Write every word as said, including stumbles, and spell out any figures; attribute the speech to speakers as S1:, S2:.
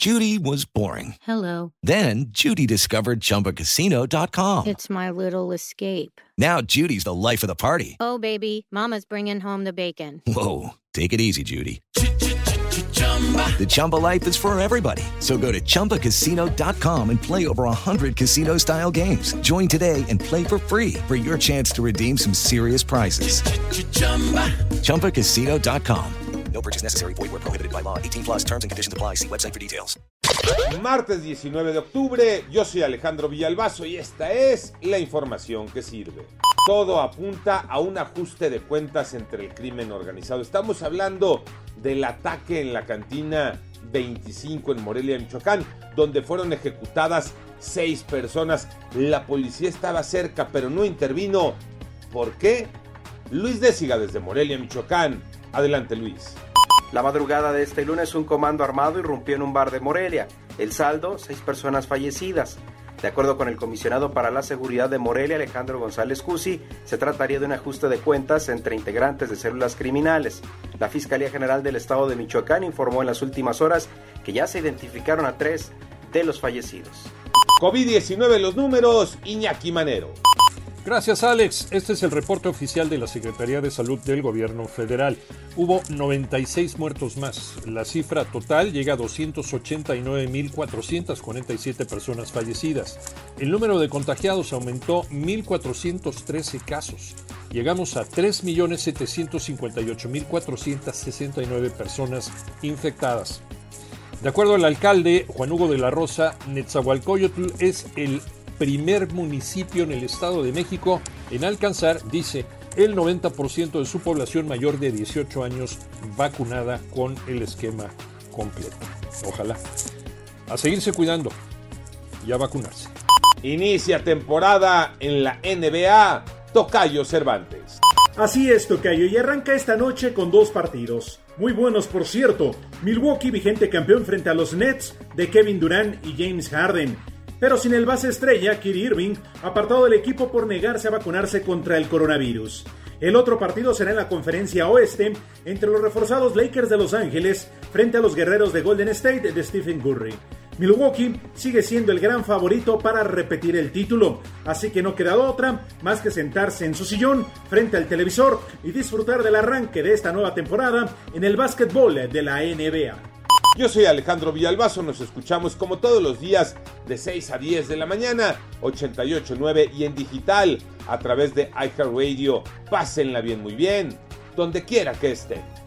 S1: Judy was boring.
S2: Hello.
S1: Then Judy discovered Chumba Casino dot com.
S2: It's my little escape.
S1: Now Judy's the life of the party.
S2: Oh, baby, mama's bringing home the bacon.
S1: Whoa, take it easy, Judy. The Chumba life is for everybody. So go to Chumba Casino dot com and play over one hundred casino-style games. Join today and play for free for your chance to redeem some serious prizes. Chumba Casino dot com. No purchase necessary. Void where prohibited by law. eighteen plus terms and conditions apply. See website for details.
S3: Martes diecinueve de octubre, yo soy Alejandro Villalbazo y esta es la información que sirve. Todo apunta a un ajuste de cuentas entre el crimen organizado. Estamos hablando del ataque en la cantina veinticinco en Morelia, Michoacán, donde fueron ejecutadas seis personas. La policía estaba cerca, pero no intervino. ¿Por qué? Luis Déciga desde Morelia, Michoacán. Adelante, Luis.
S4: La madrugada de este lunes, un comando armado irrumpió en un bar de Morelia. El saldo, seis personas fallecidas. De acuerdo con el comisionado para la seguridad de Morelia, Alejandro González Cusi, se trataría de un ajuste de cuentas entre integrantes de células criminales. La Fiscalía General del Estado de Michoacán informó en las últimas horas que ya se identificaron a tres de los fallecidos.
S3: COVID diecinueve, los números, Iñaki Manero.
S5: Gracias, Alex. Este es el reporte oficial de la Secretaría de Salud del Gobierno Federal. Hubo noventa y seis muertos más. La cifra total llega a doscientos ochenta y nueve mil cuatrocientas cuarenta y siete personas fallecidas. El número de contagiados aumentó mil cuatrocientos trece casos. Llegamos a tres millones setecientos cincuenta y ocho mil cuatrocientas sesenta y nueve personas infectadas. De acuerdo al alcalde Juan Hugo de la Rosa, Netzahualcóyotl es el primer municipio en el Estado de México en alcanzar, dice, el noventa por ciento de su población mayor de dieciocho años vacunada con el esquema completo. Ojalá. A seguirse cuidando y a vacunarse.
S3: Inicia temporada en la N B A, Tocayo Cervantes.
S6: Así es, Tocayo, y arranca esta noche con dos partidos. Muy buenos, por cierto. Milwaukee, vigente campeón frente a los Nets de Kevin Durant y James Harden. Pero sin el base estrella, Kyrie Irving, apartado del equipo por negarse a vacunarse contra el coronavirus. El otro partido será en la conferencia oeste, entre los reforzados Lakers de Los Ángeles, frente a los guerreros de Golden State de Stephen Curry. Milwaukee sigue siendo el gran favorito para repetir el título, así que no queda otra más que sentarse en su sillón frente al televisor y disfrutar del arranque de esta nueva temporada en el básquetbol de la N B A.
S3: Yo soy Alejandro Villalbazo, nos escuchamos como todos los días de seis a diez de la mañana, ochenta y ocho punto nueve y en digital a través de iHeartRadio. Pásenla bien, muy bien, donde quiera que estén.